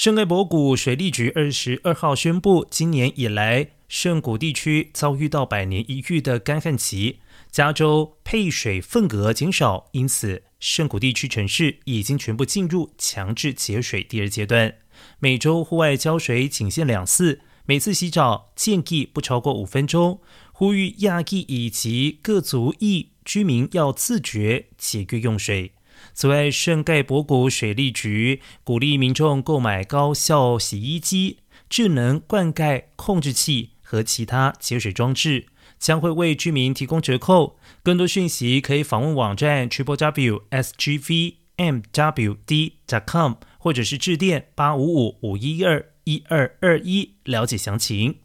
圣盖博谷水利局22号宣布，今年以来圣谷地区遭遇到100年一遇的干旱期，加州配水份额减少，因此圣谷地区城市已经全部进入强制节水第2阶段，每周户外浇水仅限2次，每次洗澡建议不超过5分钟，呼吁亚裔以及各族裔居民要自觉节约用水。此外，圣盖博谷水利局鼓励民众购买高效洗衣机、智能灌溉控制器和其他节水装置，将会为居民提供折扣。更多讯息可以访问网站 www.sgvmwd.com 或者是致电855-512-1221了解详情。